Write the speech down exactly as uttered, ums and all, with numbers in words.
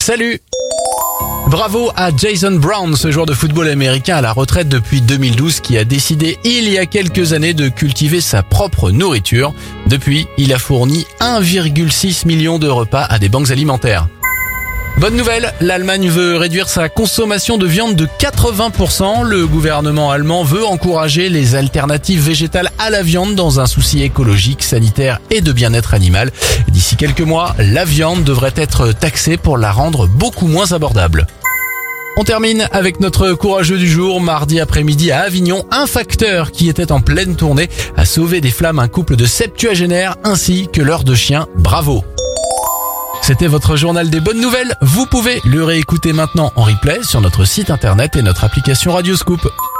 Salut! Bravo à Jason Brown, ce joueur de football américain à la retraite depuis deux mille douze qui a décidé il y a quelques années de cultiver sa propre nourriture. Depuis, il a fourni un virgule six million de repas à des banques alimentaires. Bonne nouvelle, l'Allemagne veut réduire sa consommation de viande de quatre-vingts pour cent. Le gouvernement allemand veut encourager les alternatives végétales à la viande dans un souci écologique, sanitaire et de bien-être animal. D'ici quelques mois, la viande devrait être taxée pour la rendre beaucoup moins abordable. On termine avec notre courageux du jour. Mardi après-midi à Avignon, un facteur qui était en pleine tournée a sauvé des flammes un couple de septuagénaires ainsi que leurs deux chiens. Bravo! C'était votre journal des bonnes nouvelles. Vous pouvez le réécouter maintenant en replay sur notre site internet et notre application Radioscoop.